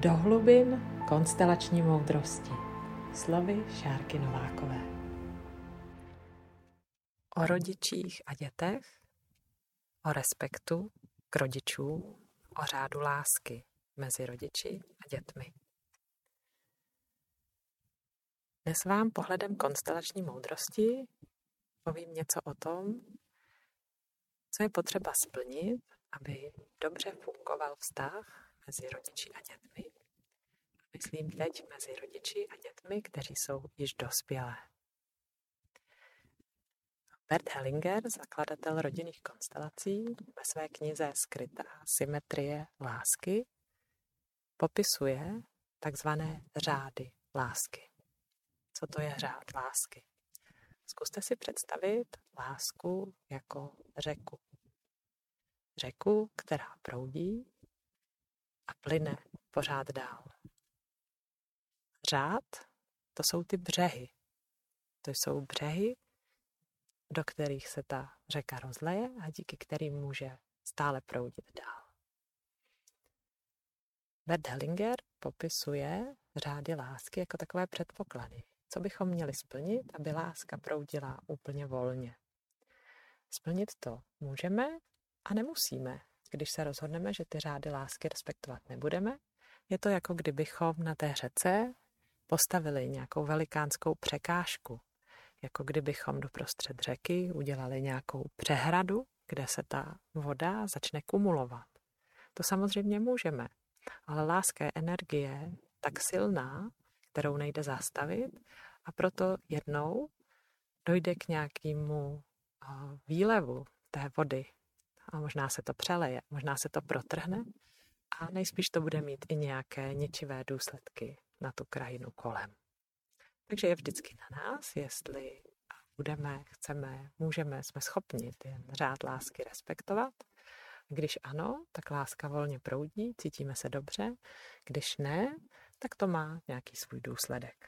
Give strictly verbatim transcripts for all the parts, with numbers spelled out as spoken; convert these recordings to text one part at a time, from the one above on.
do hlubin konstelační moudrosti. Slovy Šárky Novákové. O rodičích a dětech, o respektu k rodičům, o řádu lásky mezi rodiči a dětmi. Dnes vám pohledem konstelační moudrosti povím něco o tom, co je potřeba splnit, aby dobře fungoval vztah mezi rodiči a dětmi. Myslím teď mezi rodiči a dětmi, kteří jsou již dospělé. Bert Hellinger, zakladatel rodinných konstelací, ve své knize Skrytá symetrie lásky popisuje takzvané řády lásky. Co to je řád lásky? Zkuste si představit lásku jako řeku. Řeku, která proudí a plyne pořád dál. Řád, to jsou ty břehy. To jsou břehy, do kterých se ta řeka rozleje a díky kterým může stále proudit dál. Bert Hellinger popisuje řády lásky jako takové předpoklady. Co bychom měli splnit, aby láska proudila úplně volně? Splnit to můžeme a nemusíme. Když se rozhodneme, že ty řády lásky respektovat nebudeme, je to jako kdybychom na té řece postavili nějakou velikánskou překážku. Jako kdybychom doprostřed řeky udělali nějakou přehradu, kde se ta voda začne kumulovat. To samozřejmě můžeme, ale láska je energie tak silná, kterou nejde zastavit, a proto jednou dojde k nějakému výlevu té vody. A možná se to přeleje, možná se to protrhne a nejspíš to bude mít i nějaké ničivé důsledky na tu krajinu kolem. Takže je vždycky na nás, jestli budeme, chceme, můžeme, jsme schopni ten řád lásky respektovat. Když ano, tak láska volně proudí, cítíme se dobře. Když ne, tak to má nějaký svůj důsledek.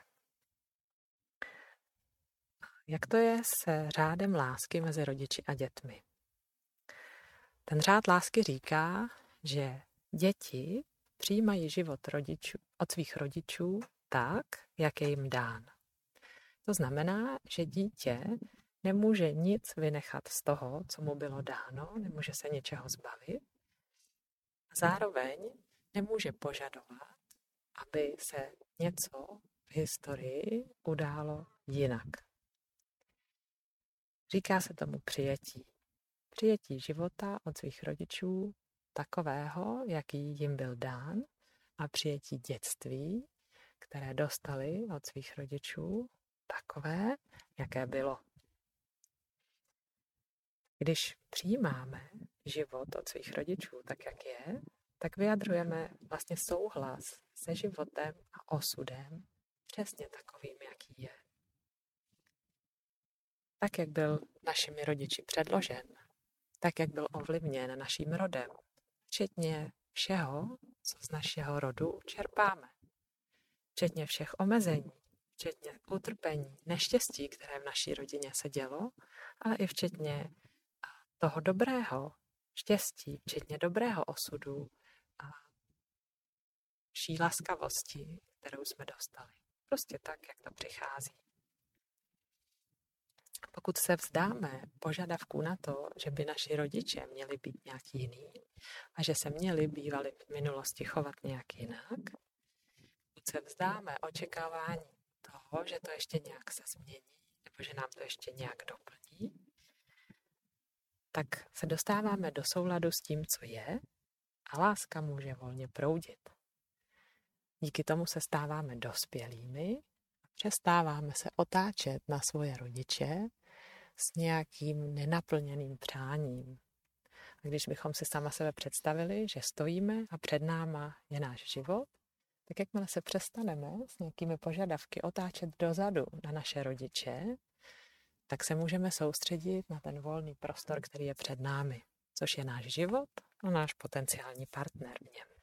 Jak to je se řádem lásky mezi rodiči a dětmi? Ten řád lásky říká, že děti přijímají život rodičů, od svých rodičů tak, jak je jim dán. To znamená, že dítě nemůže nic vynechat z toho, co mu bylo dáno, nemůže se něčeho zbavit. Zároveň nemůže požadovat, aby se něco v historii událo jinak. Říká se tomu přijetí. Přijetí života od svých rodičů takového, jaký jim byl dán, a přijetí dětství, které dostali od svých rodičů, takové, jaké bylo. Když přijímáme život od svých rodičů tak, jak je, tak vyjadřujeme vlastně souhlas se životem a osudem přesně takovým, jaký je. Tak, jak byl našimi rodiči předložen, tak, jak byl ovlivněn naším rodem, včetně všeho, co z našeho rodu čerpáme, včetně všech omezení, včetně utrpení, neštěstí, které v naší rodině se dělo, ale i včetně toho dobrého štěstí, včetně dobrého osudu a vší laskavosti, kterou jsme dostali. Prostě tak, jak to přichází. Pokud se vzdáme požadavků na to, že by naši rodiče měli být nějak jiný a že se měli bývali v minulosti chovat nějak jinak, pokud se vzdáme očekávání toho, že to ještě nějak se změní nebo že nám to ještě nějak doplní, tak se dostáváme do souladu s tím, co je, a láska může volně proudit. Díky tomu se stáváme dospělými a přestáváme se otáčet na svoje rodiče s nějakým nenaplněným přáním. A když bychom si sama sebe představili, že stojíme a před náma je náš život, tak jakmile se přestaneme s nějakými požadavky otáčet dozadu na naše rodiče, tak se můžeme soustředit na ten volný prostor, který je před námi, což je náš život a náš potenciální partner v něm.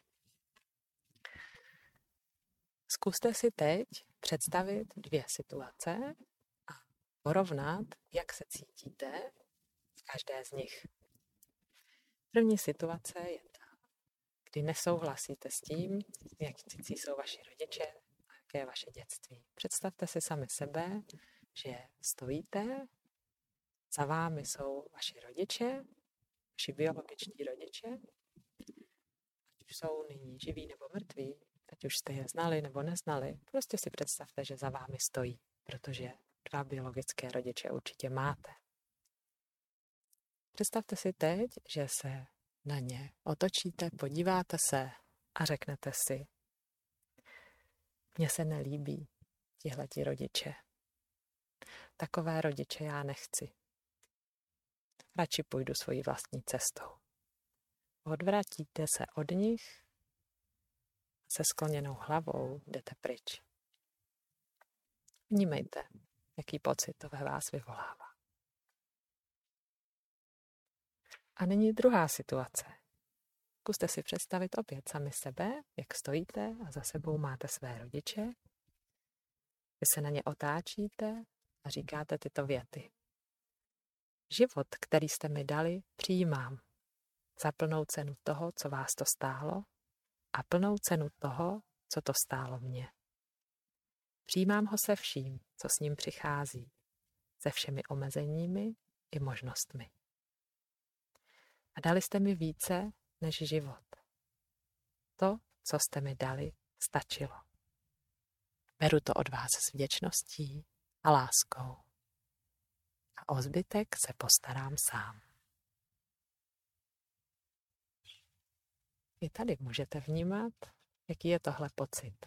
Zkuste si teď představit dvě situace a porovnat, jak se cítíte v každé z nich. První situace je ta, kdy nesouhlasíte s tím, jak cicí jsou vaši rodiče a jaké je vaše dětství. Představte si sami sebe, že stojíte, za vámi jsou vaši rodiče, vaši biologičtí rodiče, ať už jsou nyní živí nebo mrtví, ať už jste je znali nebo neznali, prostě si představte, že za vámi stojí, protože dva biologické rodiče určitě máte. Představte si teď, že se na ně otočíte, podíváte se a řeknete si, mně se nelíbí tihleti rodiče. Takové rodiče já nechci. Radši půjdu svojí vlastní cestou. Odvrátíte se od nich, se skloněnou hlavou jdete pryč. Vnímejte, jaký pocit to ve vás vyvolává. A nyní druhá situace. Zkuste si představit opět sami sebe, jak stojíte a za sebou máte své rodiče. Vy se na ně otáčíte a říkáte tyto věty. Život, který jste mi dali, přijímám. Za plnou cenu toho, co vás to stálo, a plnou cenu toho, co to stálo mě. Přijímám ho se vším, co s ním přichází, se všemi omezeními i možnostmi. A dali jste mi více než život. To, co jste mi dali, stačilo. Beru to od vás s vděčností a láskou. A o zbytek se postarám sám. I tady můžete vnímat, jaký je tohle pocit.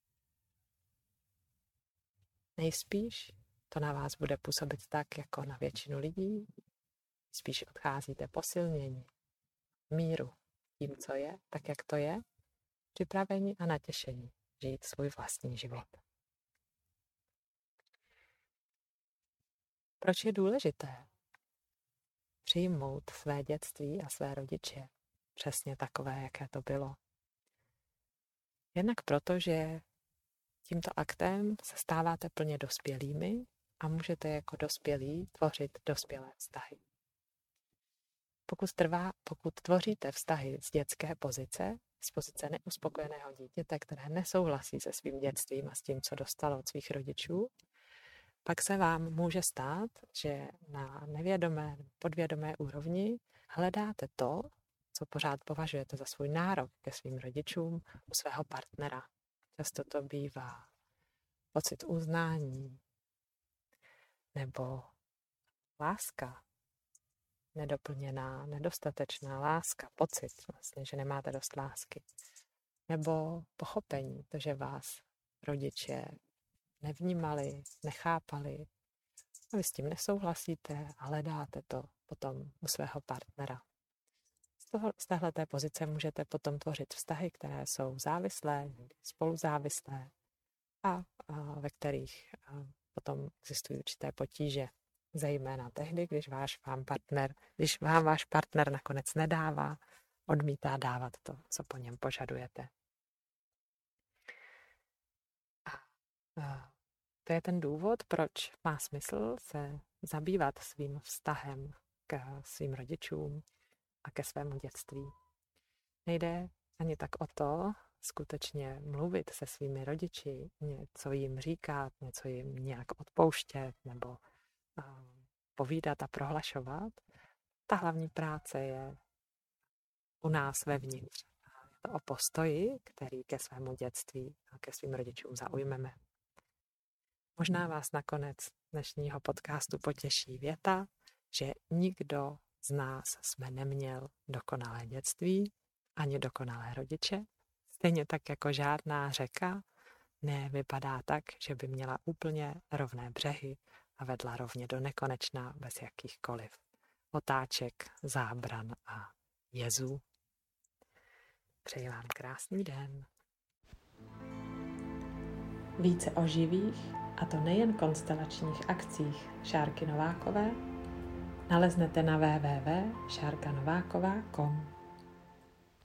Nejspíš to na vás bude působit tak, jako na většinu lidí. Spíš odcházíte posilnění, míru tím, co je, tak, jak to je, připraveni a natěšení žít svůj vlastní život. Proč je důležité přijmout své dětství a své rodiče přesně takové, jaké to bylo? Jednak proto, že tímto aktem se stáváte plně dospělými a můžete jako dospělí tvořit dospělé vztahy. Pokud, trvá, pokud tvoříte vztahy z dětské pozice, z pozice neuspokojeného dítěte, které nesouhlasí se svým dětstvím a s tím, co dostalo od svých rodičů, pak se vám může stát, že na nevědomé, podvědomé úrovni hledáte to, co pořád považujete za svůj nárok ke svým rodičům u svého partnera. Často to bývá pocit uznání nebo láska, nedoplněná, nedostatečná láska, pocit vlastně, že nemáte dost lásky. Nebo pochopení, to, že vás rodiče nevnímali, nechápali a vy s tím nesouhlasíte a hledáte to potom u svého partnera. Z, toho, z téhleté pozice můžete potom tvořit vztahy, které jsou závislé, spoluzávislé a, a ve kterých a potom existují určité potíže. Zejména tehdy, když váš vám partner, když vám váš partner nakonec nedává, odmítá dávat to, co po něm požadujete. A, a to je ten důvod, proč má smysl se zabývat svým vztahem k svým rodičům a ke svému dětství. Nejde ani tak o to, skutečně mluvit se svými rodiči, něco jim říkat, něco jim nějak odpouštět nebo povídat a prohlašovat. Ta hlavní práce je u nás vevnitř. Je to o postoji, který ke svému dětství a ke svým rodičům zaujmeme. Možná vás nakonec dnešního podcastu potěší věta, že nikdo z nás jsme neměl dokonalé dětství ani dokonalé rodiče. Stejně tak jako žádná řeka nevypadá tak, že by měla úplně rovné břehy a vedla rovně do nekonečna bez jakýchkoliv otáček, zábran a jezů. Přeji vám krásný den. Více o živých, a to nejen konstelačních akcích Šárky Novákové, naleznete na w w w tečka šárka nováková tečka com.